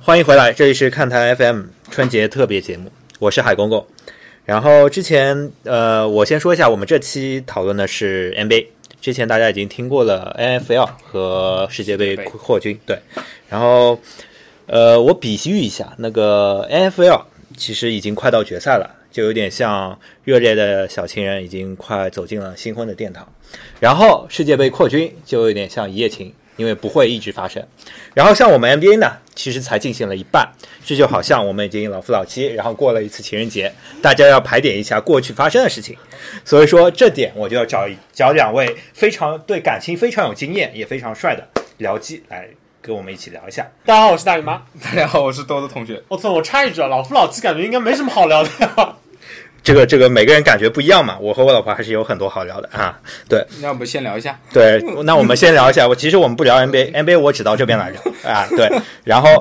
欢迎回来，这里是看台 FM 春节特别节目，我是海公公。然后之前我先说一下，我们这期讨论的是 NBA， 之前大家已经听过了 NFL 和世界杯扩军，对。然后我比喻一下，那个 NFL 其实已经快到决赛了，就有点像热烈的小情人已经快走进了新婚的殿堂。然后世界杯扩军就有点像一夜情，因为不会一直发生。然后像我们 NBA 呢，其实才进行了一半，这就好像我们已经老夫老妻，然后过了一次情人节，大家要盘点一下过去发生的事情。所以说这点我就要找两位非常对感情非常有经验也非常帅的僚机来跟我们一起聊一下。 大家好，我是大姨妈。 大家好，我是多多同学。 我插一句啊，老夫老妻感觉应该没什么好聊的呀。 这个每个人感觉不一样嘛，我和我老婆还是有很多好聊的啊。对， 那我们先聊一下。 对，那我们先聊一下。其实我们不聊 NBA 我只到这边来聊啊。对，然后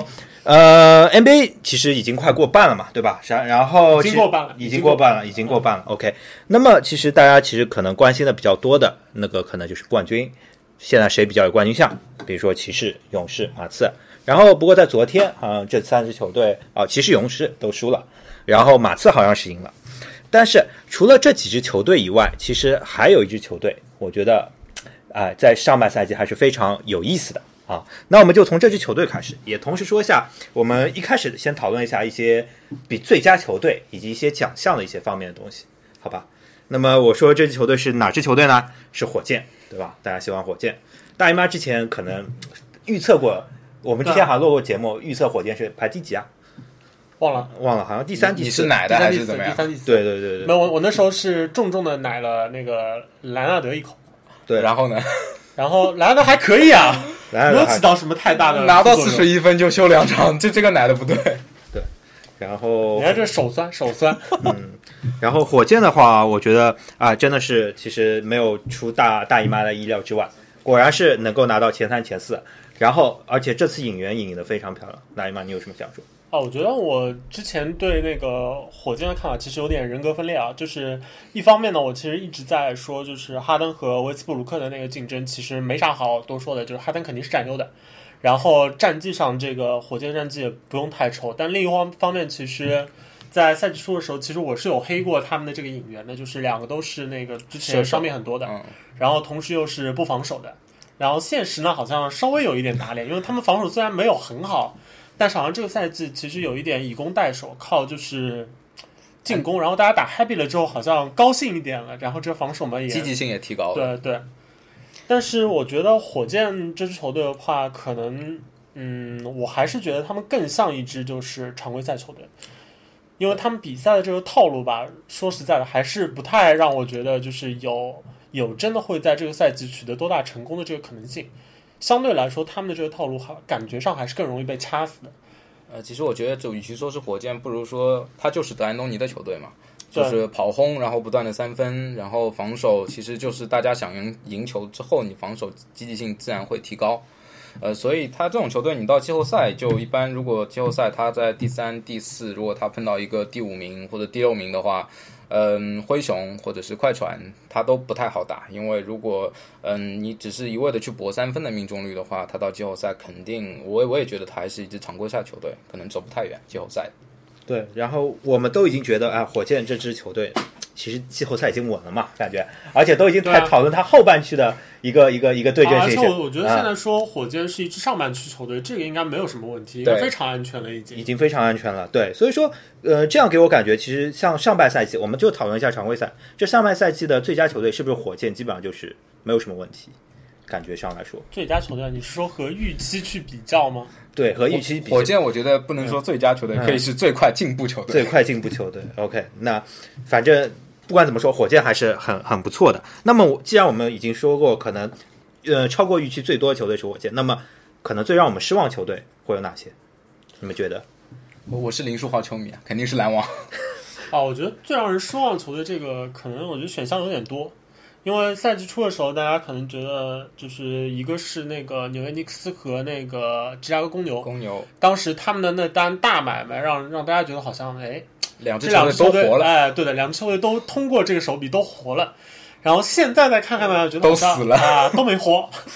NBA 其实已经快过半了嘛，对吧？然后已经过半了。 已经过半了。OK， 那么其实大家其实可能关心的比较多的那个可能就是冠军，现在谁比较有冠军相？比如说骑士、勇士、马刺。然后不过在昨天好像这三支球队骑士、勇士都输了，然后马刺好像是赢了。但是除了这几支球队以外，其实还有一支球队，我觉得在上半赛季还是非常有意思的啊。那我们就从这支球队开始，也同时说一下，我们一开始先讨论一下一些比最佳球队以及一些奖项的一些方面的东西，好吧？那么我说这支球队是哪支球队呢？是火箭，对吧？大家喜欢火箭。大姨妈之前可能预测过，我们之前好像录过节目，预测火箭是排第几啊？ 忘了， 好像第三、第四。 你是奶的还是怎么样？ 第三、第四。 对。 没有，我那时候是重重的奶了那个莱纳德一口。 对， 然后呢？ 然后莱纳德还可以啊，没有起到什么太大的。 拿到41分就休2场，这个奶的不对。 对，然后你看这手酸。 然后火箭的话，我觉得真的是其实没有出大姨妈的意料之外，果然是能够拿到前3、前4。然后而且这次引援引得非常漂亮。大姨妈，你有什么想说？ 我觉得我之前对那个火箭的看法其实有点人格分裂啊，就是一方面呢，我其实一直在说，就是哈登和威斯布鲁克的那个竞争其实没啥好多说的，就是哈登肯定是占优的，然后战绩上这个火箭战绩也不用太愁，但另一方面其实在赛季初的时候，其实我是有黑过他们的这个引援的，就是两个都是那个之前伤病很多的，然后同时又是不防守的，然后现实呢好像稍微有一点打脸，因为他们防守虽然没有很好，但是好像这个赛季其实有一点以攻代守，靠就是进攻，然后大家打 happy 了之后好像高兴一点了，然后这防守嘛也积极性也提高了。 对。但是我觉得火箭这支球队的话，可能我还是觉得他们更像一支就是常规赛球队，因为他们比赛的这个套路吧，说实在的还是不太让我觉得就是有真的会在这个赛季取得多大成功的这个可能性。相对来说，他们的这个套路感觉上还是更容易被掐死的。 其实我觉得，就与其说是火箭，不如说他就是德安东尼的球队嘛，就是跑轰，然后不断的3分，然后防守，其实就是大家想赢球之后，你防守积极性自然会提高。所以他这种球队，你到季后赛就一般，如果季后赛他在第3、第4，如果他碰到一个第5名或者第6名的话，灰熊或者是快船，他都不太好打，因为如果你只是一味的去搏3分的命中率的话，他到季后赛肯定，我也觉得他还是一支常规赛球队，可能走不太远季后赛。 对，然后我们都已经觉得火箭这支球队其实季后赛已经稳了嘛，感觉，而且都已经在讨论他后半区的一个对阵形势。 而且我觉得现在说火箭是一支上半区球队，这个应该没有什么问题，应该非常安全了，已经非常安全了。对，所以说这样给我感觉，其实像上半赛季，我们就讨论一下常规赛，这上半赛季的最佳球队是不是火箭，基本上就是没有什么问题。感觉上来说， 最佳球队，你是说和预期去比较吗？ 对，和预期比较。 火箭我觉得不能说最佳球队，可以是最快进步球队。 最快进步球队 ，OK， 那反正不管怎么说，火箭还是很不错的。那么既然我们已经说过，可能超过预期最多的球队是火箭，那么可能最让我们失望球队会有哪些？你们觉得？ 我是林书豪球迷啊，肯定是篮网。 我觉得最让人失望的球队，这个可能我觉得选项有点多。因为赛季初的时候，大家可能觉得就是一个是那个纽约尼克斯和那个芝加哥公牛，当时他们的那单大买卖让大家觉得好像两支球队都活了， 对的，两支球队都通过这个手笔都活了。然后现在再看看呢，觉得都死了都没活。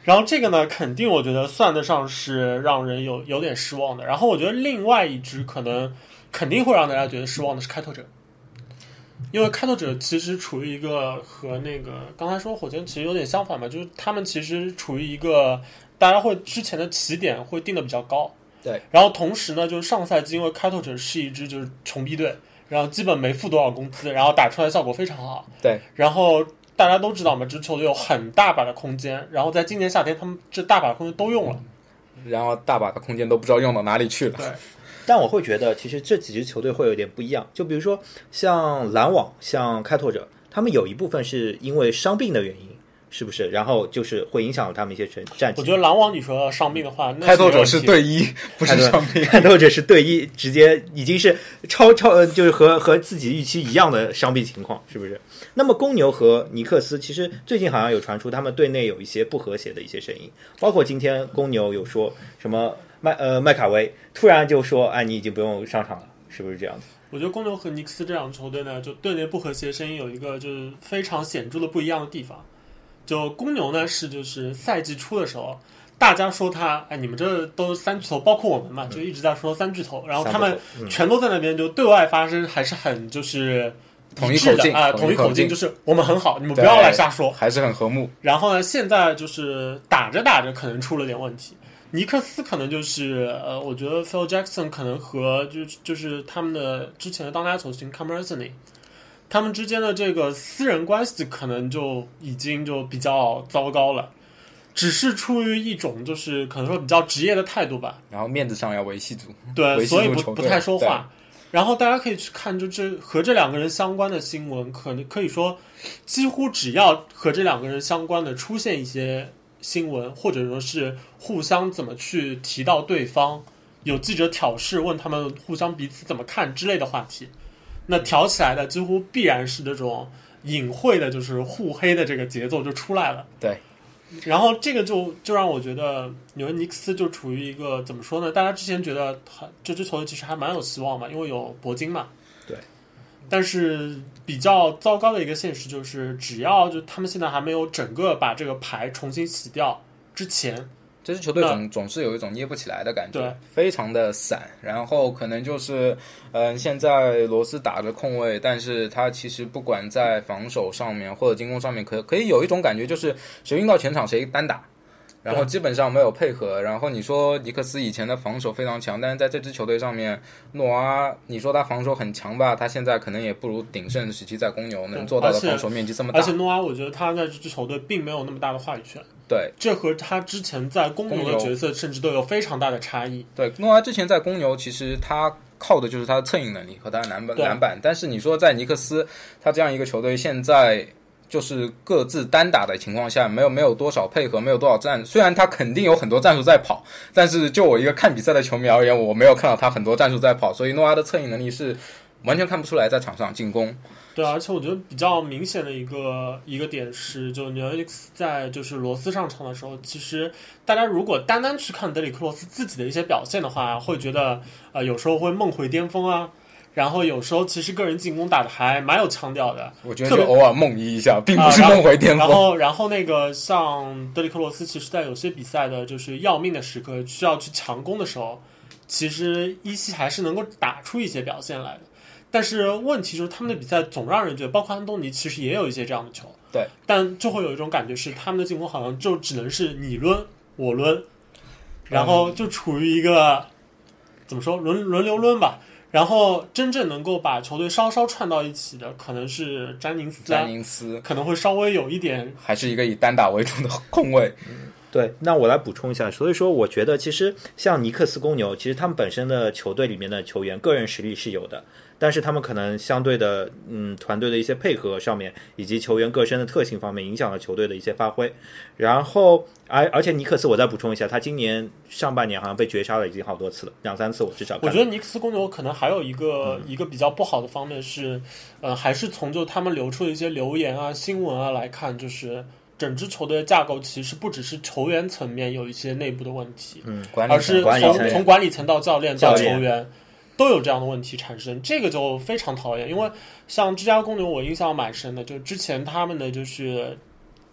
然后这个呢，肯定我觉得算得上是让人有点失望的。然后我觉得另外一支肯定会让大家觉得失望的是开拓者，因为开拓者其实处于一个和那个刚才说火箭其实有点相反嘛，就是他们其实处于一个大家会之前的起点会定的比较高， 对。 然后同时呢，就是上赛季因为开拓者是一支就是穷逼队，然后基本没付多少工资，然后打出来效果非常好， 对。 然后大家都知道嘛，这支球队有很大把的空间，然后在今年夏天他们这大把的空间都用了， 然后大把的空间都不知道用到哪里去了。 对。 但我会觉得，其实这几支球队会有点不一样。就比如说像篮网、像开拓者，他们有一部分是因为伤病的原因，是不是？然后就是会影响了他们一些战绩。 我觉得篮网你说伤病的话， 开拓者是队医，不是伤病。 开拓者是队医，直接已经是就是和自己预期一样的伤病情况，是不是？那么公牛和尼克斯其实最近好像有传出他们队内有一些不和谐的一些声音，包括今天公牛有说什么麦卡威突然就说哎你已经不用上场了，是不是这样子？ 我觉得公牛和尼克斯这两支球队呢，就队内不和谐声音有一个就是非常显著的不一样的地方。就公牛呢是就是赛季初的时候，大家说他哎你们这都三巨头，包括我们嘛，就一直在说三巨头，然后他们全都在那边就对外发声还是很就是统一口径啊，统一口径就是我们很好，你们不要来瞎说， 还是很和睦。 然后呢，现在就是打着打着可能出了点问题。尼克斯可能就是我觉得 Phil Jackson 可能和就是他们的之前的当家球星 Cameron Anthony 他们之间的这个私人关系可能就已经就比较糟糕了，只是出于一种就是可能说比较职业的态度吧， 然后面子上要维系住， 对，所以不太说话。然后大家可以去看，就和这两个人相关的新闻，可以说几乎只要和这两个人相关的出现一些新闻，或者说是互相怎么去提到对方，有记者挑事问他们互相彼此怎么看之类的话题，那挑起来的几乎必然是这种隐晦的，就是互黑的这个节奏就出来了。 对。 然后这个就让我觉得纽约尼克斯就处于一个怎么说呢？大家之前觉得这支球队其实还蛮有希望嘛，因为有铂金嘛。 对。 但是比较糟糕的一个现实就是，只要就他们现在还没有整个把这个牌重新洗掉之前， 这支球队总是有一种捏不起来的感觉， 对， 非常的散。然后可能就是现在罗斯打着控卫，但是他其实不管在防守上面或者进攻上面，可以有一种感觉，就是谁运到前场谁单打，然后基本上没有配合。然后你说尼克斯以前的防守非常强，但是在这支球队上面，诺阿你说他防守很强吧，他现在可能也不如鼎盛时期在公牛能做到的防守面积这么大。 而且诺阿我觉得他在这支球队并没有那么大的话语权。 对， 这和他之前在公牛的角色甚至都有非常大的差异。 对，诺阿之前在公牛其实他靠的就是他的策应能力和他的篮板，但是你说在尼克斯他这样一个球队，现在就是各自单打的情况下，没有多少配合，没有多少战，虽然他肯定有很多战术在跑，但是就我一个看比赛的球迷而言，我没有看到他很多战术在跑，所以诺阿的策应能力是完全看不出来在场上进攻。 对，而且我觉得比较明显的一个点是，就纽约尼克斯在就是罗斯上场的时候，其实大家如果单单去看德里克罗斯自己的一些表现的话，会觉得有时候会梦回巅峰啊，然后有时候其实个人进攻打的还蛮有腔调的。 我觉得就偶尔梦一下，并不是梦回巅峰。然后那个像德里克罗斯，其实在有些比赛的就是要命的时刻，需要去强攻的时候，其实依稀还是能够打出一些表现来的。但是问题就是他们的比赛总让人觉得，包括安东尼其实也有一些这样的球， 对， 但就会有一种感觉是他们的进攻好像就只能是你抡我抡，然后就处于一个怎么说轮流抡吧。然后真正能够把球队稍稍串到一起的，可能是詹宁斯可能会稍微有一点， 还是一个以单打为主的控卫。 对，那我来补充一下。所以说，我觉得其实像尼克斯、公牛，其实他们本身的球队里面的球员个人实力是有的，但是他们可能相对的，团队的一些配合上面，以及球员个身的特性方面，影响了球队的一些发挥。然后，而且尼克斯，我再补充一下，他今年上半年好像被绝杀了，已经好多次了，2-3次，我至少看。 我觉得尼克斯、公牛可能还有一个比较不好的方面是，还是从就他们流出的一些流言啊、新闻啊来看，就是整支球队的架构其实不只是球员层面有一些内部的问题，而是从管理层到教练到球员都有这样的问题产生，这个就非常讨厌。因为像芝加哥公牛，我印象蛮深的，就之前他们的就是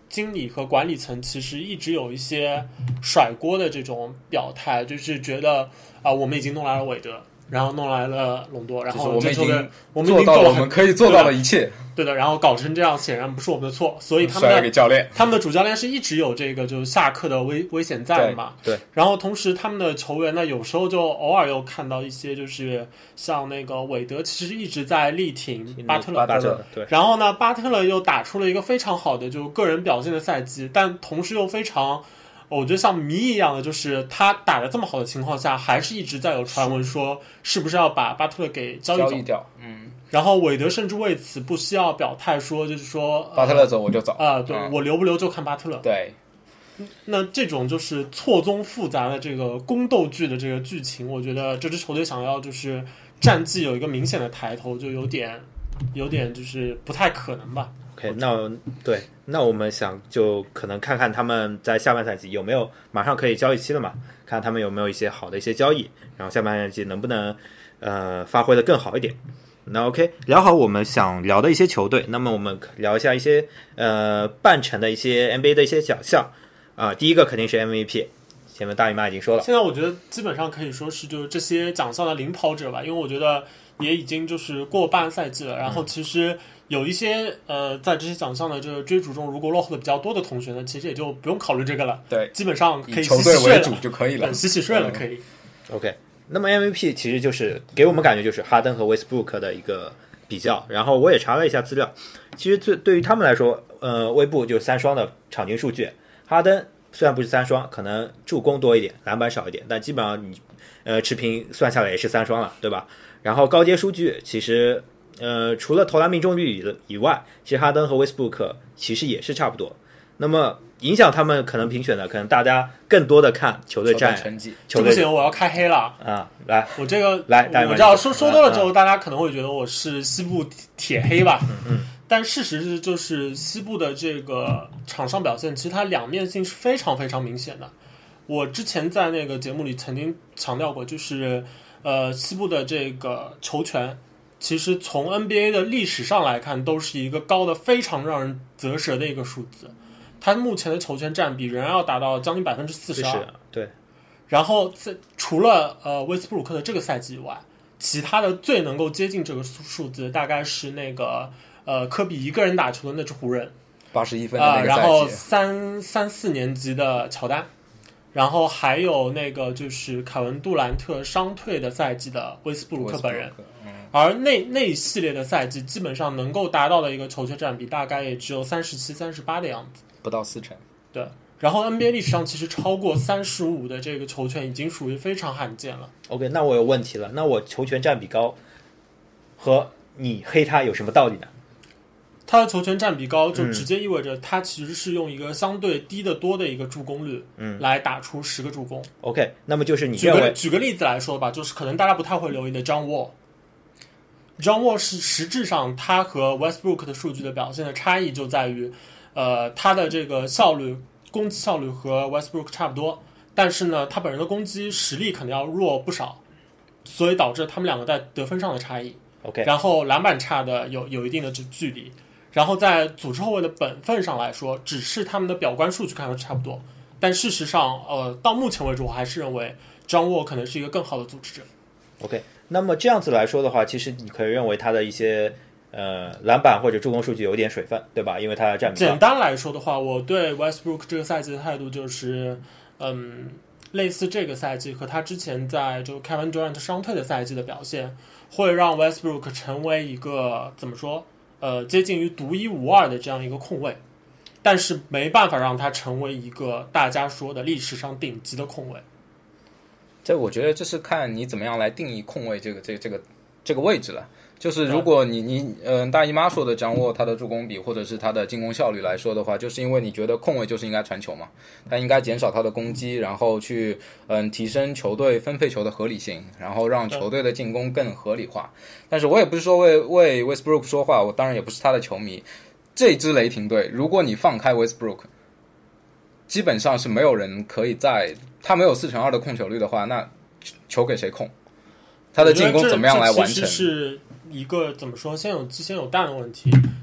经理和管理层其实一直有一些甩锅的这种表态，就是觉得我们已经弄来了韦德，然后弄来了隆多，然后这球队我们已经做了我们可以做到的一切。 对的，然后搞成这样显然不是我们的错，所以他们甩给教练， 他们的主教练是一直有这个就是下课的危险在嘛。 对。 然后同时他们的球员呢，有时候就偶尔又看到一些就是像那个韦德，其实一直在力挺巴特勒， 对。 然后呢，巴特勒又打出了一个非常好的就个人表现的赛季，但同时又非常。我觉得像谜一样的，就是他打得这么好的情况下，还是一直在有传闻说是不是要把巴特勒给交易掉。 然后韦德甚至为此不需要表态说，就是说巴特勒走我就走对，我留不留就看巴特勒。 对， 那这种就是错综复杂的这个宫斗剧的这个剧情，我觉得这支球队想要就是战绩有一个明显的抬头，就有点就是不太可能吧。 OK， 那我们想就可能看看他们在下半赛季有没有马上可以交易期了嘛？看他们有没有一些好的一些交易，然后下半赛季能不能发挥的更好一点。那 OK， 聊好我们想聊的一些球队，那么我们聊一下一些半程的一些 NBA 的一些奖项第一个肯定是 MVP， 前面大姨妈已经说了。 现在我觉得基本上可以说是就是这些奖项的领跑者吧，因为我觉得也已经就是过半赛季了，然后其实有一些在这些奖项的这个追逐中，如果落后的比较多的同学呢，其实也就不用考虑这个了， 对， 基本上可以以球队为主就可以了， 洗洗睡了可以。 OK， 那么 MVP 其实就是给我们感觉就是哈登和威斯布鲁克的一个比较，然后我也查了一下资料，其实对于他们来说，威布就是3双的场均数据，哈登虽然不是3双，可能助攻多一点，篮板少一点，但基本上你持平算下来也是3双了，对吧？然后高阶数据其实除了投篮命中率以外，其实哈登和威斯布鲁克其实也是差不多。那么影响他们可能评选的，可能大家更多的看球队战成绩。 这不行，我要开黑了来， 我这个来， 我知道说多了之后，大家可能会觉得我是西部铁黑吧。但事实是，就是西部的这个场上表现，其实它两面性是非常非常明显的。我之前在那个节目里曾经强调过，就是西部的这个球权，其实从 NBA 的历史上来看，都是一个高的非常让人啧舌的一个数字。它目前的球权占比仍然要达到将近42%， 对。 然后除了威斯布鲁克的这个赛季以外，其他的最能够接近这个数字，大概是那个科比一个人打球的那支湖人 81分的那个赛季， 然后3-4年级的乔丹，然后还有那个就是凯文杜兰特伤退的赛季的威斯布鲁克本人。而那一系列的赛季，基本上能够达到的一个球权占比，大概也只有37、38的样子， 不到40%。 对，然后 NBA 历史上其实超过35的这个球权已经属于非常罕见了。 OK， 那我有问题了，那我球权占比高和你黑他有什么道理呢？ 他的球权占比高，就直接意味着他其实是用一个相对低得多的一个助攻率，来打出10个助攻。 OK， 那么就是你认为举个例子来说吧，就是可能大家不太会留意的 John Wall。John Wall 是实质上他和 Westbrook 的数据的表现的差异就在于，他的这个攻击效率和 Westbrook 差不多，但是呢，他本人的攻击实力肯定要弱不少，所以导致他们两个在得分上的差异。 OK， 然后篮板差的有一定的距离，然后在组织后卫的本分上来说，只是他们的表观数据看上去差不多，但事实上，到目前为止，我还是认为 John Wall 可能是一个更好的组织者。 OK， 那么这样子来说的话，其实你可以认为他的一些篮板或者助攻数据有点水分，对吧？因为他的占比。 简单来说的话，我对 Westbrook 这个赛季的态度就是，类似这个赛季和他之前在就 Kevin Durant 伤退的赛季的表现，会让 Westbrook 成为一个怎么说，接近于独一无二的这样一个控卫，但是没办法让他成为一个大家说的历史上顶级的控卫。 这我觉得这是看你怎么样来定义控卫这个位置了。就是如果你大姨妈说的掌握他的助攻比或者是他的进攻效率来说的话，就是因为你觉得控卫就是应该传球嘛，他应该减少他的攻击，然后去提升球队分配球的合理性，然后让球队的进攻更合理化。但是我也不是说为 Westbrook 说话，我当然也不是他的球迷。这支雷霆队，如果你放开 Westbrook， 基本上是没有人可以在他没有4/2的控球率的话，那球给谁控？他的进攻怎么样来完成？ 这其实是一个怎么说先有鸡先有蛋的问题。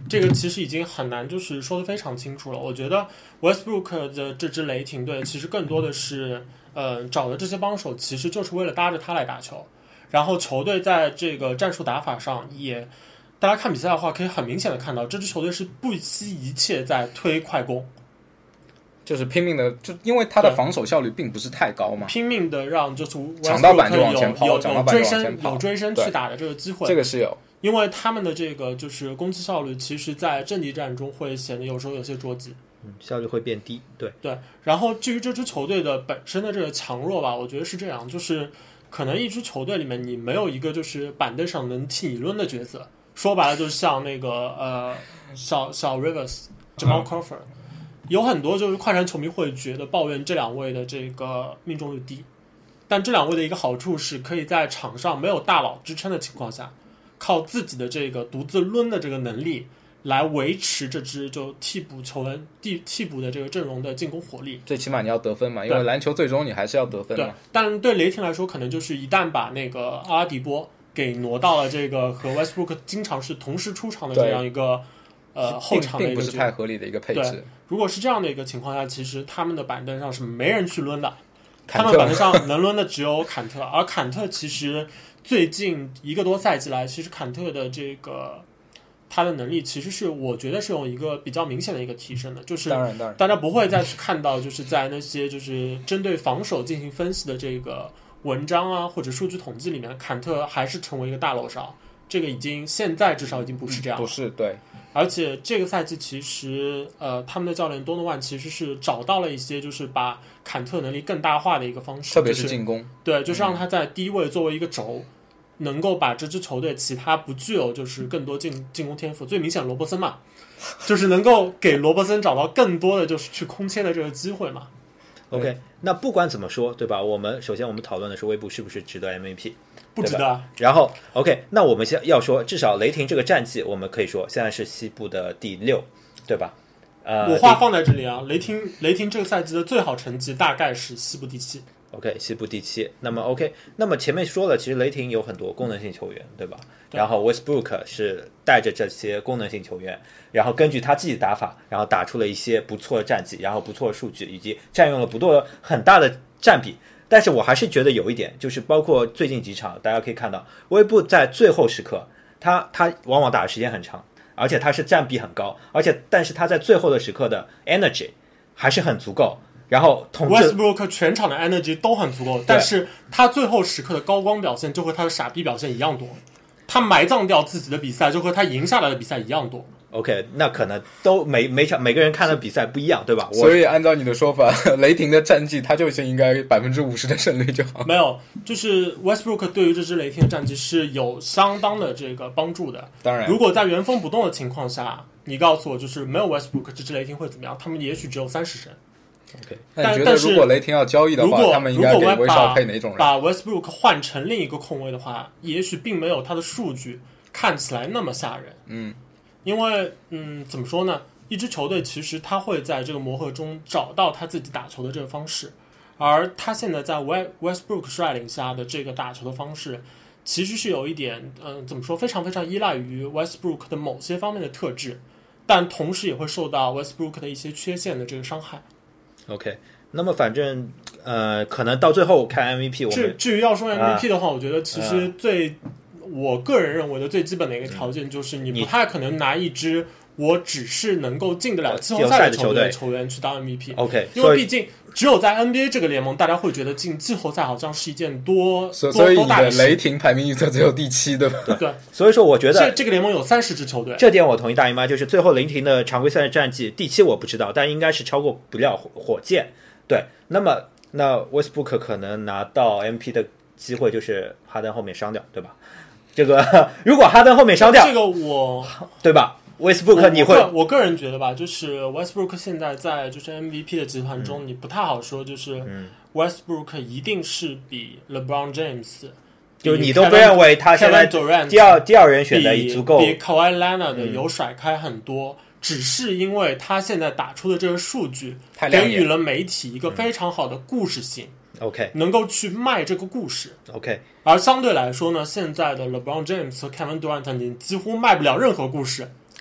这个其实已经很难就是说得非常清楚了。我觉得 Westbrook 的这支雷霆队其实更多的是找的这些帮手其实就是为了搭着他来打球，然后球队在这个战术打法上也，大家看比赛的话可以很明显的看到这支球队是不惜一切在推快攻， 就是拼命的，就因为他的防守效率并不是太高嘛， 拼命的让就是抢到板就往前跑，抢到板就往前跑， 有追身去打的这个机会， 这个是有。 因为他们的这个就是攻击效率，其实在阵地战中会显得有时候有些捉急， 效率会变低。对。 然后至于这支球队的本身的这个强弱吧，我觉得是这样，就是可能一支球队里面你没有一个就是板凳上能替你抡的角色，说白了就是像那个小 Rivers、Jamal Crawford，有很多就是快船球迷会觉得抱怨这两位的这个命中率低，但这两位的一个好处是可以在场上没有大佬支撑的情况下，靠自己的这个独自抡的这个能力来维持这支就替补球员替补的这个阵容的进攻火力。 最起码你要得分嘛，因为篮球最终你还是要得分嘛。 对，但对雷霆来说，可能就是一旦把那个阿拉迪波给挪到了这个和 Westbrook 经常是同时出场的这样一个后场的一个， 并不是太合理的一个配置。 如果是这样的一个情况下，其实他们的板凳上是没人去抡的，他们板凳上能抡的只有坎特，而坎特其实最近1个多赛季来，其实坎特的这个他的能力其实是我觉得是有一个比较明显的一个提升的，就是大家不会再去看到就是在那些就是针对防守进行分析的这个文章啊或者数据统计里面，坎特还是成为一个大漏勺，这个现在至少已经不是这样了， 不是，对。 而且这个赛季其实他们的教练多诺万其实是找到了一些就是把坎特能力更大化的一个方式， 特别是进攻， 对，就是让他在低位作为一个轴，能够把这支球队其他不具有就是更多进攻天赋，最明显罗伯森嘛，就是能够给罗伯森找到更多的就是去空切的这个机会嘛。 OK， 那不管怎么说，对吧？首先我们讨论的是威布是不是值得 MVP， 不值得。 然后 OK， 那我们先要说，至少雷霆这个战绩，我们可以说现在是西部的第6，对吧？ 我话放在这里啊，雷霆这个赛季的最好成绩大概是西部第7。 OK， 西部第7。那么 OK， 那么前面说了，其实雷霆有很多功能性球员，对吧？然后 Westbrook 是带着这些功能性球员，然后根据他自己的打法，然后打出了一些不错的战绩，然后不错的数据，以及占用了很大的占比。但是我还是觉得有一点，就是包括最近几场，大家可以看到，威布在最后时刻，他往往打的时间很长，而且他是占比很高，但是他在最后的时刻的 energy 还是很足够。然后 Westbrook 全场的 energy 都很足够，但是他最后时刻的高光表现就和他的傻逼表现一样多，他埋葬掉自己的比赛就和他赢下来的比赛一样多。 OK， 那可能都每个人看的比赛不一样，对吧？ 所以按照你的说法，雷霆的战绩他就是应该50%的胜率就好。 没有，就是 Westbrook 对于这支雷霆的战绩是有相当的这个帮助的。 当然， 如果在原封不动的情况下，你告诉我就是没有 Westbrook 这支雷霆会怎么样？他们也许只有30胜。 OK， 那你觉得如果雷霆要交易的话，他们应该给威少配哪种人？ 把 Westbrook 换成另一个控卫的话，也许并没有他的数据看起来那么吓人。因为怎么说呢？一支球队其实他会在这个磨合中找到他自己打球的这个方式，而他现在在 Westbrook 率领下的这个打球的方式，其实是有一点怎么说，非常非常依赖于 Westbrook 的某些方面的特质，但同时也会受到 Westbrook 的一些缺陷的这个伤害。 OK， 那么反正可能到最后看 MVP， 我们至于要说 MVP 的话，我觉得其实我个人认为的最基本的一个条件就是你不太可能拿一支我只是能够进得了季后赛的球队球员去当 MVP。OK， 因为毕竟只有在 NBA 这个联盟，大家会觉得进季后赛好像是一件多大的事。 所以你的雷霆排名预测只有第7，对吧？ 对， 所以说我觉得这个联盟有30支球队， 这点我同意大姨妈，就是最后雷霆的常规赛的战绩第7我不知道，但应该是超过不了火箭。对，那 Westbrook 可能拿到 MVP 的机会就是哈登后面伤掉，对吧？这个如果哈登后面伤掉， 这个对吧？Westbrook 你会我个人觉得吧，就是 Westbrook 现在在就是 MVP 的集团中，你不太好说，就是 Westbrook 一定是比 LeBron James， 就是你都不认为他现在第二人选的足够比 Kawhi Leonard 的有甩开很多，只是因为他现在打出的这个数据给予了媒体一个非常好的故事性。 OK， 能够去卖这个故事。 OK， 而相对来说呢，现在的 LeBron James 和 Kevin Durant 你几乎卖不了任何故事。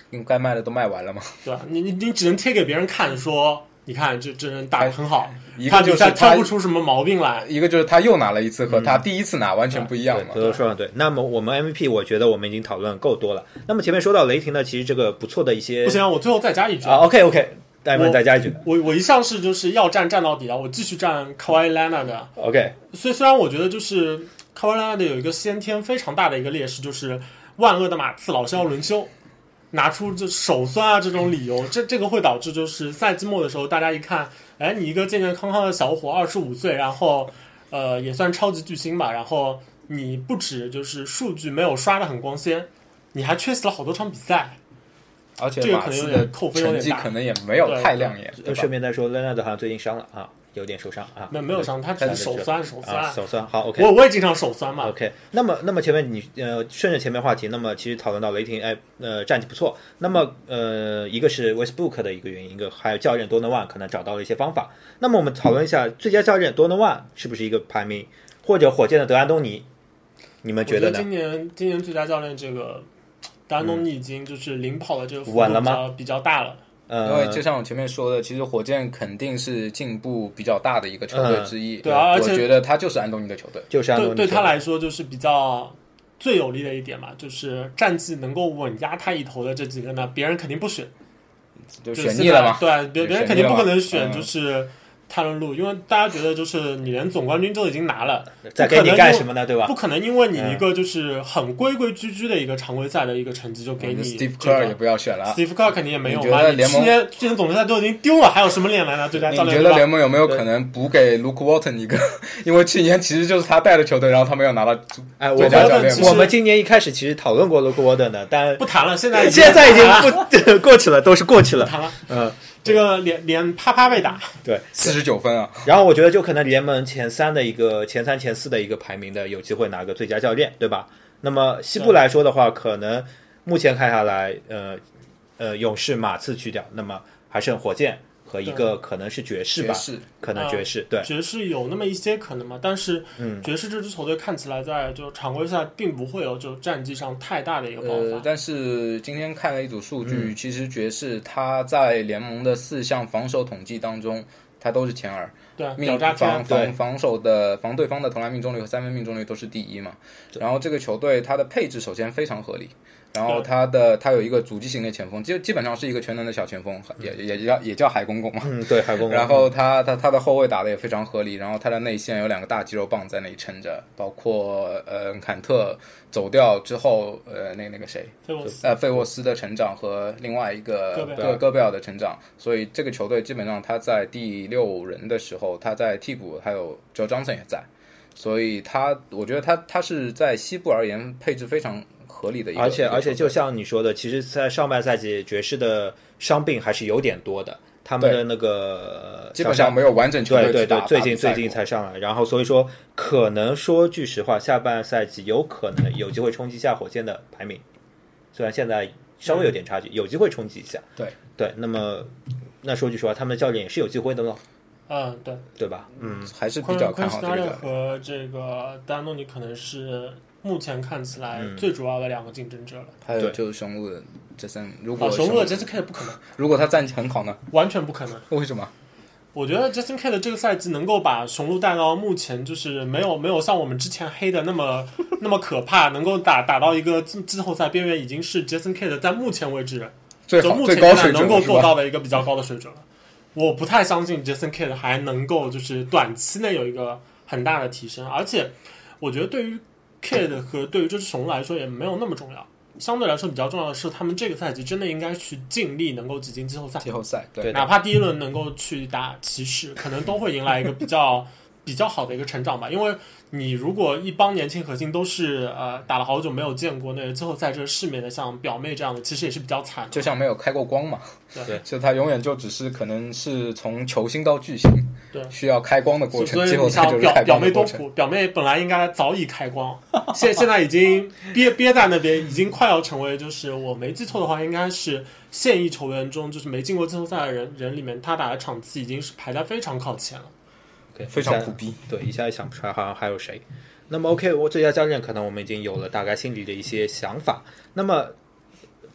该卖的都卖完了嘛。 对吧？你只能贴给别人看，说你看这人打得很好， 一个就是他挑不出什么毛病来， 一个就是他又拿了一次和他第一次拿完全不一样嘛。 对，说的对。那么我们 MVP 我觉得我们已经讨论够多了。那么前面说到雷霆呢，其实这个不错的一些， 不行，我最后再加一句啊。OK， 戴蒙再加一句。 我一向是就是要战到底啊，我继续站 Kawhi Leonard 的。 OK， 虽然我觉得就是 Kawhi Leonard 有一个先天非常大的一个劣势，就是万恶的马刺老是要轮休。拿出这手酸啊这种理由，这个会导致就是赛季末的时候，大家一看，哎，你一个健健康康的小伙，25岁，然后也算超级巨星吧，然后你不止就是数据没有刷得很光鲜，你还缺席了好多场比赛， 而且这个可能有点扣分有点大， 成绩可能也没有太亮眼。 顺便再说 ，Leonard 好像最近伤了啊。有点受伤啊， 没有伤，他只是手酸。 手酸。好 ，OK， 我也经常手酸嘛。 OK， 那么前面你顺着前面话题，那么其实讨论到雷霆，战绩不错。那么一个是 Westbrook 的一个原因，一个还有教练多诺万可能找到了一些方法。那么我们讨论一下最佳教练多诺万是不是一个排名，或者火箭的德安东尼，你们觉得呢？ 我觉得今年最佳教练这个德安东尼已经就是领跑的这个幅稳了吗？ 比较大了。 因为就像我前面说的，其实火箭肯定是进步比较大的一个球队之一。 对啊，而且我觉得他就是安东尼的球队， 就是安东尼对他来说就是比较最有利的一点嘛，就是战绩能够稳压他一头的这几个呢，别人肯定不选， 就选腻了嘛。 对，别人肯定不可能选，就是泰伦路，因为大家觉得就是你连总冠军都已经拿了， 再给你干什么呢？对吧？ 不可能因为你一个就是很规规矩矩的一个常规赛的一个成绩就给你。 Steve Kerr 也不要选了 ，Steve Kerr 肯定也没有嘛。 联盟去年总决赛都已经丢了，还有什么脸来拿最佳教练？ 你觉得联盟有没有可能补给 Luke Walton 一个？因为去年其实就是他带的球队，然后他没有拿到最佳教练。 我们今年一开始其实讨论过 Luke Walton 的，但不谈了，现在已经不过去了，都是过去了。 不谈了，这个脸啪啪被打， 对 ，49分啊。 然后我觉得就可能联盟前3、前4的一个排名的有机会拿个最佳教练，对吧？那么西部来说的话，可能目前看下来，勇士、马刺去掉，那么还剩火箭和一个可能是爵士吧，可能爵士，对， 爵士有那么一些可能嘛，但是爵士这支球队看起来在就常规赛并不会有就战绩上太大的一个爆发。 但是今天看了一组数据，其实爵士他在联盟的4项防守统计当中，他都是前2。 对， 防守的防对方的投篮命中率和3分命中率都是第1嘛。然后这个球队它的配置首先非常合理，然后他有一个阻击型的前锋，基本上是一个全能的小前锋，也叫海公公嘛。 对，海公公。 然后他的后卫打得也非常合理，然后他的内线有2个大肌肉棒在那里撑着，包括坎特走掉之后，那个谁，费沃斯的成长和另外一个戈贝尔的成长，所以这个球队基本上他在第6人的时候，他在替补还有 Joe Johnson 也在，所以我觉得他是在西部而言配置非常合理的一个， 而且就像你说的，其实在上半赛季爵士的伤病还是有点多的，他们的那个基本上没有完整球队对，最近才上来，然后所以说可能说句实话，下半赛季有可能有机会冲击一下火箭的排名，虽然现在稍微有点差距，有机会冲击一下。对，那说句实话，他们的教练也是有机会的咯。对吧？ 还是比较看好这个。 和这个丹诺尼可能是目前看起来最主要的2个竞争者了。 还有就是雄鹿的杰森，如果雄鹿的 Jason Kidd 不可能， 如果他战绩很好呢？ 完全不可能。 为什么？ 我觉得 Jason Kidd 这个赛季能够把雄鹿带到目前就是没有像我们之前黑的那么可怕，能够打到一个季后赛边缘，已经是 Jason Kidd 在目前为止最高水准能够做到的一个比较高的水准了。我不太相信 Jason Kidd 还能够就是短期内有一个很大的提升，而且我觉得对于 Kidd 和对于这支雄鹿来说也没有那么重要。相对来说比较重要的是，他们这个赛季真的应该去尽力能够挤进季后赛。 对， 哪怕第1轮能够去打骑士，可能都会迎来一个比较好的一个成长吧。因为你如果一帮年轻核心都是打了好久没有见过那个季后赛这个世面的，像表妹这样的，其实也是比较惨的， 就像没有开过光嘛。 对， 就他永远就只是可能是从球星到巨星， 对， 需要开光的过程。 所以季后赛就是开光的过程。 表妹本来应该早已开光，现在已经憋在那边，已经快要成为就是我没记错的话，应该是现役球员中就是没进过季后赛的人里面，他打的场次已经是排在非常靠前了。 非常苦逼。 对，一下也想不出来好像还有谁。那么 OK， 我最佳教练可能我们已经有了大概心里的一些想法。那么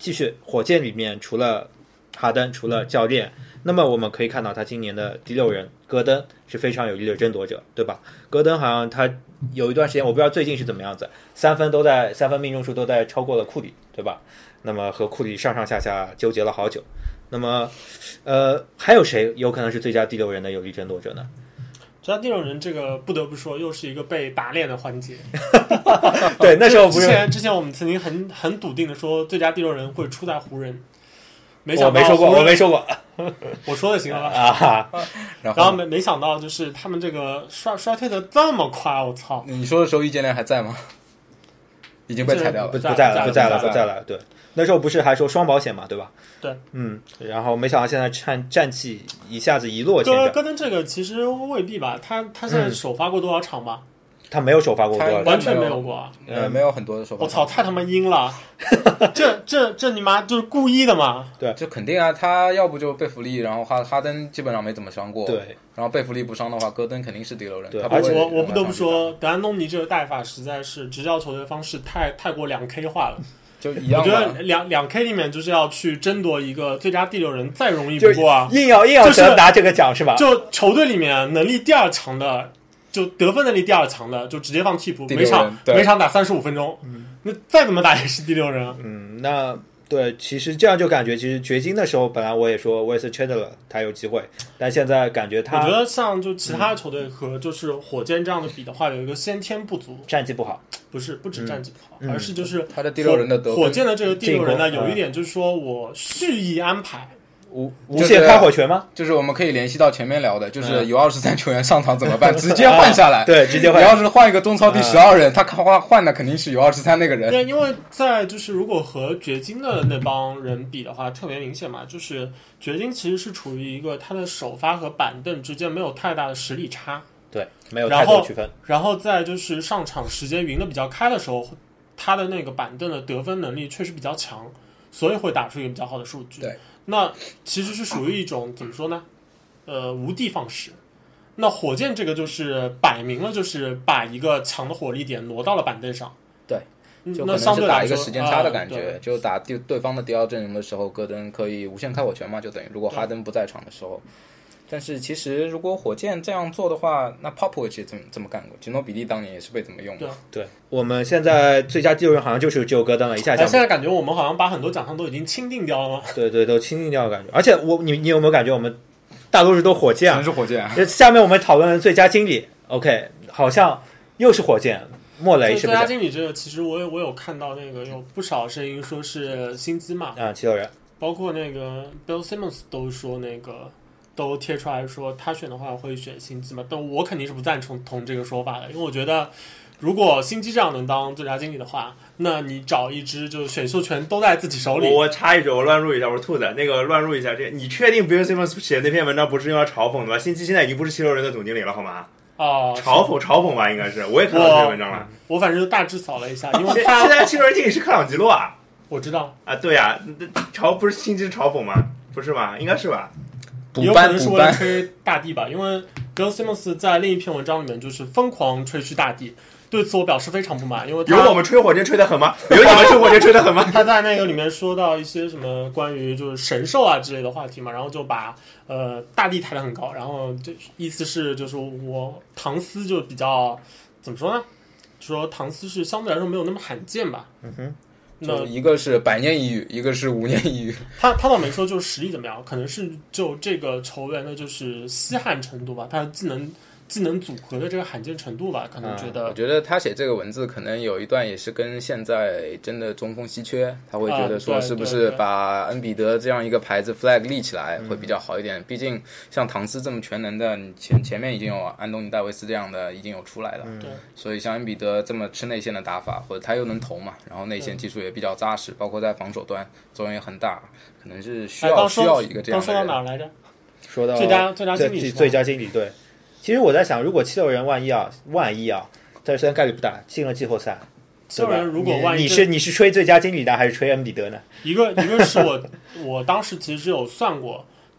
继续火箭里面除了哈登，除了教练，那么我们可以看到他今年的第六人戈登是非常有力的争夺者，对吧？戈登好像他有一段时间，我不知道最近是怎么样子，三分命中数都在超过了库里，对吧？那么和库里上上下下纠结了好久。那么还有谁有可能是最佳第六人的有力争夺者呢？ 最佳第六人这个不得不说又是一个被打脸的环节。 对，那时候不是之前我们曾经很笃定的说最佳第六人会出在湖人，没想到我没说过， 我说的行了吧？ 啊， 然后没想到就是他们这个衰退的这么快，我操！ 你说的时候易建联还在吗？已经被裁掉了， 不在了。对，那时候不是还说双保险嘛，对吧？ 对， 然后没想到现在战绩一下子一落千丈。 戈登这个其实未必吧，他现在首发过多少场吧？ 他没有首发过多少场， 完全没有过啊！ 没有很多的首发。 我操，太他妈阴了！这你妈就是故意的嘛？ 对， 这肯定啊，他要不就贝弗利，然后哈登基本上没怎么伤过。 对， 然后贝弗利不伤的话，戈登肯定是第六人。 对， 而且我不得不说，德安东尼这个带法实在是执教球队方式太过2K 化了。 就一样， 我觉得两 K 里面就是要去争夺一个最佳第六人，再容易不过啊！ 硬要拿这个奖是吧？ 就球队里面能力第二强的，就得分能力第二强的，就直接放替补，每场打35分钟，那再怎么打也是第六人啊。 那对，其实这样就感觉，其实掘金的时候，本来我也说我也是 Chandler 他有机会，但现在感觉我觉得像就其他球队和就是火箭这样的比的话，有一个先天不足， 战绩不好。 不止战绩不好，而是就是他的第六人的得分， 火箭的这个第六人呢，有一点就是说我蓄意安排。 无限开火权吗？ 就是我们可以联系到前面聊的，就是有23球员上场怎么办？直接换下来， 对，直接换。 你要是换一个中超第12人，他换的肯定是有23那个人。 对，因为在就是如果和掘金的那帮人比的话，特别明显嘛，就是掘金其实是处于一个他的首发和板凳之间没有太大的实力差， 对，没有太多区分。 然后在就是上场时间匀的比较开的时候，他的那个板凳的得分能力确实比较强，所以会打出一个比较好的数据。 对。 那其实是属于一种怎么说呢？无的放矢。那火箭这个就是摆明了就是把一个强的火力点挪到了板凳上。 对，就可那相对能是打一个时间差的感觉。 就打对方的第二阵容的时候，戈登可以无限开火权嘛，就等于如果哈登不在场的时候。但是其实如果火箭这样做的话，那 Popovich 也这么干过，吉诺比利当年也是被这么用的。 对，我们现在最佳第六人好像就是只有戈登了，一下。 现在感觉我们好像把很多奖项都已经钦定掉了吗？ 对，都钦定掉的感觉。而且你有没有感觉我们大多数都火箭啊？ 全是火箭啊！ 下面我们讨论的最佳经理 ，OK， 好像又是火箭，莫雷是不是？ 最佳经理这个其实我有看到那个有不少声音说是薪资嘛， 七六人， 包括那个 Bill Simmons 都说那个。都贴出来说他选的话会选辛基嘛，但我肯定是不赞同这个说法的，因为我觉得如果辛基这样能当最佳经理的话，那你找一支就是选秀权都在自己手里。 我插一句，我乱入一下，我是兔子，那个乱入一下，你确定 Bill Simmons 写那篇文章不是用来嘲讽的吗？辛基现在已经不是七六人的总经理了，好吗？嘲讽吧，应该是，我也看到这篇文章了。 我反正就大致扫了一下，因为现在七六人经理是克朗吉洛啊， 我知道啊，对呀，不是辛基是嘲讽吗？不是吧？应该是吧？ 有可能是为了吹大地吧，因为 Bill Simmons 在另一篇文章里面就是疯狂吹嘘大地，对此我表示非常不满，因为有我们吹火箭吹得很吗？有你们吹火箭吹得很吗？ 他在那个里面说到一些什么关于就是神兽啊之类的话题嘛，然后就把大地抬得很高，然后就意思是就是我唐斯就比较怎么说呢？说唐斯是相对来说没有那么罕见吧。 就一个是100年一遇，一个是5年一遇。 他倒没说就是实力怎么样，可能是就这个球员的就是稀罕程度吧，他的技能组合的这个罕见程度吧，可能觉得。 我觉得他写这个文字可能有一段也是跟现在真的中锋稀缺，他会觉得说是不是把恩比德这样一个牌子 flag 立起来会比较好一点。毕竟像唐斯这么全能的，前面已经有安东尼戴维斯这样的已经有出来了，所以像恩比德这么吃内线的打法，或者他又能投嘛，然后内线技术也比较扎实，包括在防守端作用也很大，可能是需要一个这样的人。 刚说到哪儿来着？ 说到最佳经理， 最佳经理对。其实我在想，如果七六人万一啊，但是虽然概率不大，进了季后赛， 七六人如果万一你是吹最佳经理的还是吹恩比德呢？ 一个是我当时其实有算过，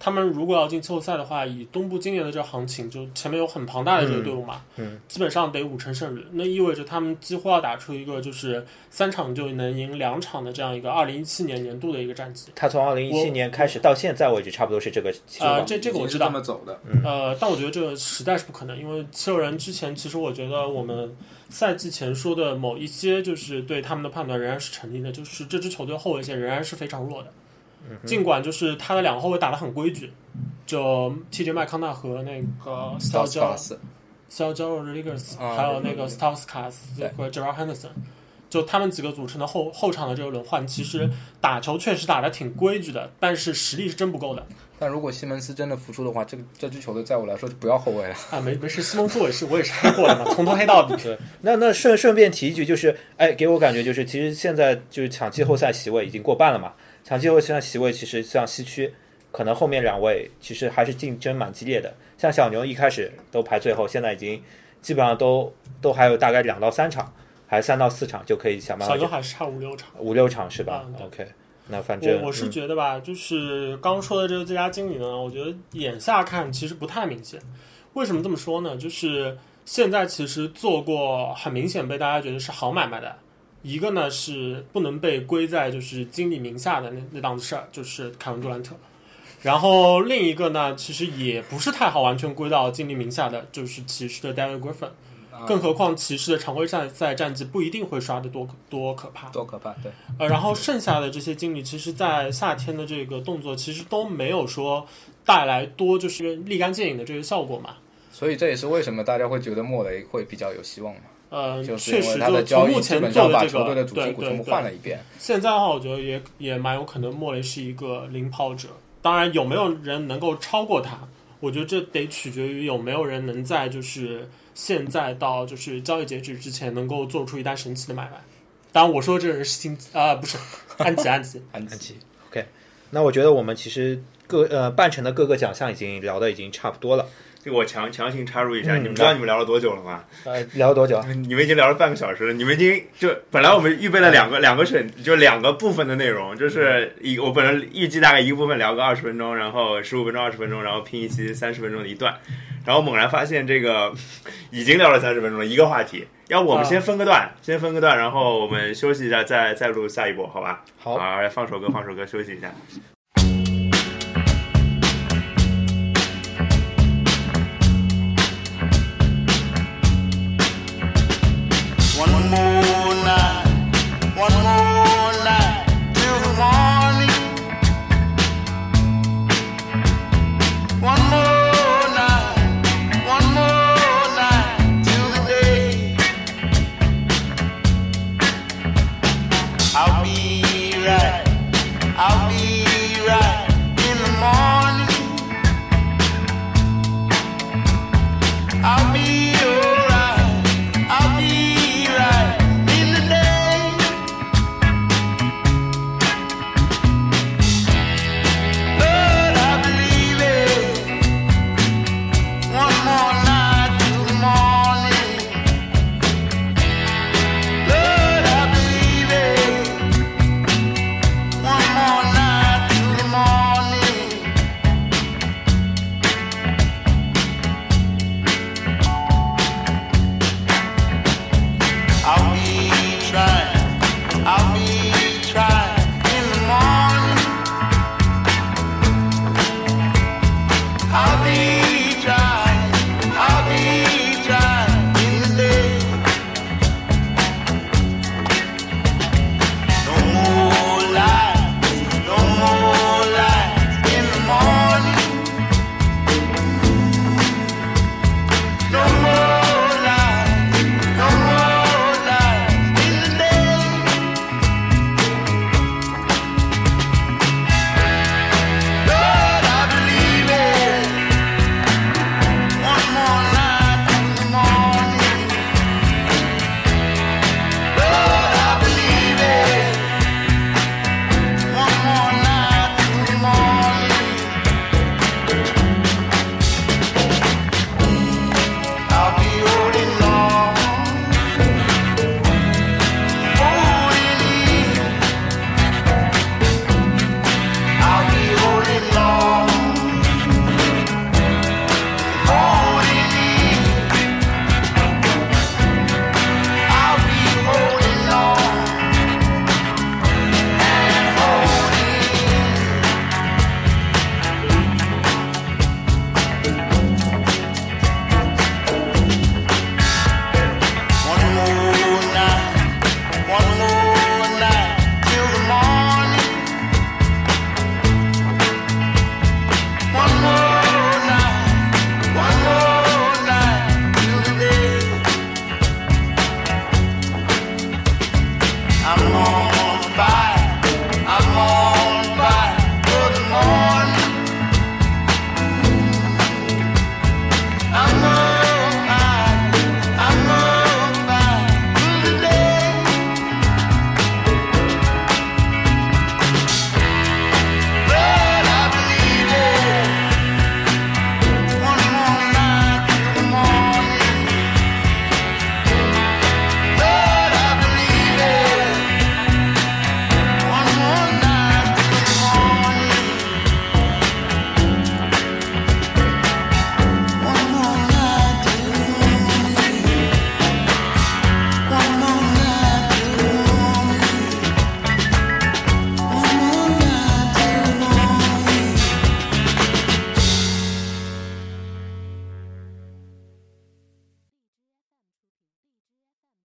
他们如果要进季后赛的话，以东部今年的这个行情，就前面有很庞大的这个队伍嘛，基本上得5成胜率，那意味着他们几乎要打出一个就是3场就能赢2场的这样一个2017年度的一个战绩。 他从2017年开始到现在为止，差不多是这个情况。 这个我知道， 这么走的。 但我觉得这个实在是不可能，因为七六人之前其实我觉得我们赛季前说的某一些就是对他们的判断仍然是成立的，就是这支球队后卫线仍然是非常弱的。尽管就是他的2个后卫打得很规矩，就 TJ 麦康纳和那个 Stauskas Rodriguez， 还有那个 Stauskas 和 Gerald Henderson， 就他们几个组成的后场的这个轮换，其实打球确实打得挺规矩的，但是实力是真不够的。 但如果西蒙斯真的复出的话，这支球队在我来说就不要后卫了啊！没事，西蒙斯我也是黑过的嘛，从头黑到底。 对，那顺便提一句，就是给我感觉就是，其实现在就是抢季后赛席位已经过半了嘛。抢季后赛席位其实像西区，可能后面2位其实还是竞争蛮激烈的。像小牛一开始都排最后，现在已经基本上都还有大概2到3场，还是3到4场就可以想办法。 小牛还是差5、 6场是吧？OK。那反正我是觉得吧，就是刚说的这个最佳经理呢，我觉得眼下看其实不太明显。为什么这么说呢？就是现在其实做过很明显被大家觉得是好买卖的，一个呢是不能被归在就是经理名下的那档子事儿，就是凯文杜兰特。然后另一个呢，其实也不是太好完全归到经理名下的，就是骑士的 David Griffin。更何况骑士的常规赛战绩不一定会刷得多可怕， 对。 然后剩下的这些经理，其实在夏天的这个动作，其实都没有说带来多就是立竿见影的这个效果嘛。 所以这也是为什么大家会觉得莫雷会比较有希望嘛。 确实， 他的交易基本上把球队的主心骨全部换了一遍。 现在的话，我觉得也蛮有可能莫雷是一个领跑者。当然，有没有人能够超过他，我觉得这得取决于有没有人能在就是现在到就是交易截止之前能够做出一单神奇的买卖。当然，我说这个人是不是安吉。 OK， 那我觉得我们其实半程的各个奖项已经聊的已经差不多了。 这个我强行插入一下，你们知道你们聊了多久了吗？ 聊了多久？ 你们已经聊了半个小时了。你们已经就本来我们预备了两个部分的内容，就是我本来预计大概一个部分聊个20分钟，然后15分钟、20分钟，然后拼一期30分钟的一段，然后猛然发现这个已经聊了30分钟了一个话题，要不我们先分个段，然后我们休息一下，再录下一波，好吧？ 好， 放首歌，休息一下。I'll be I'm home.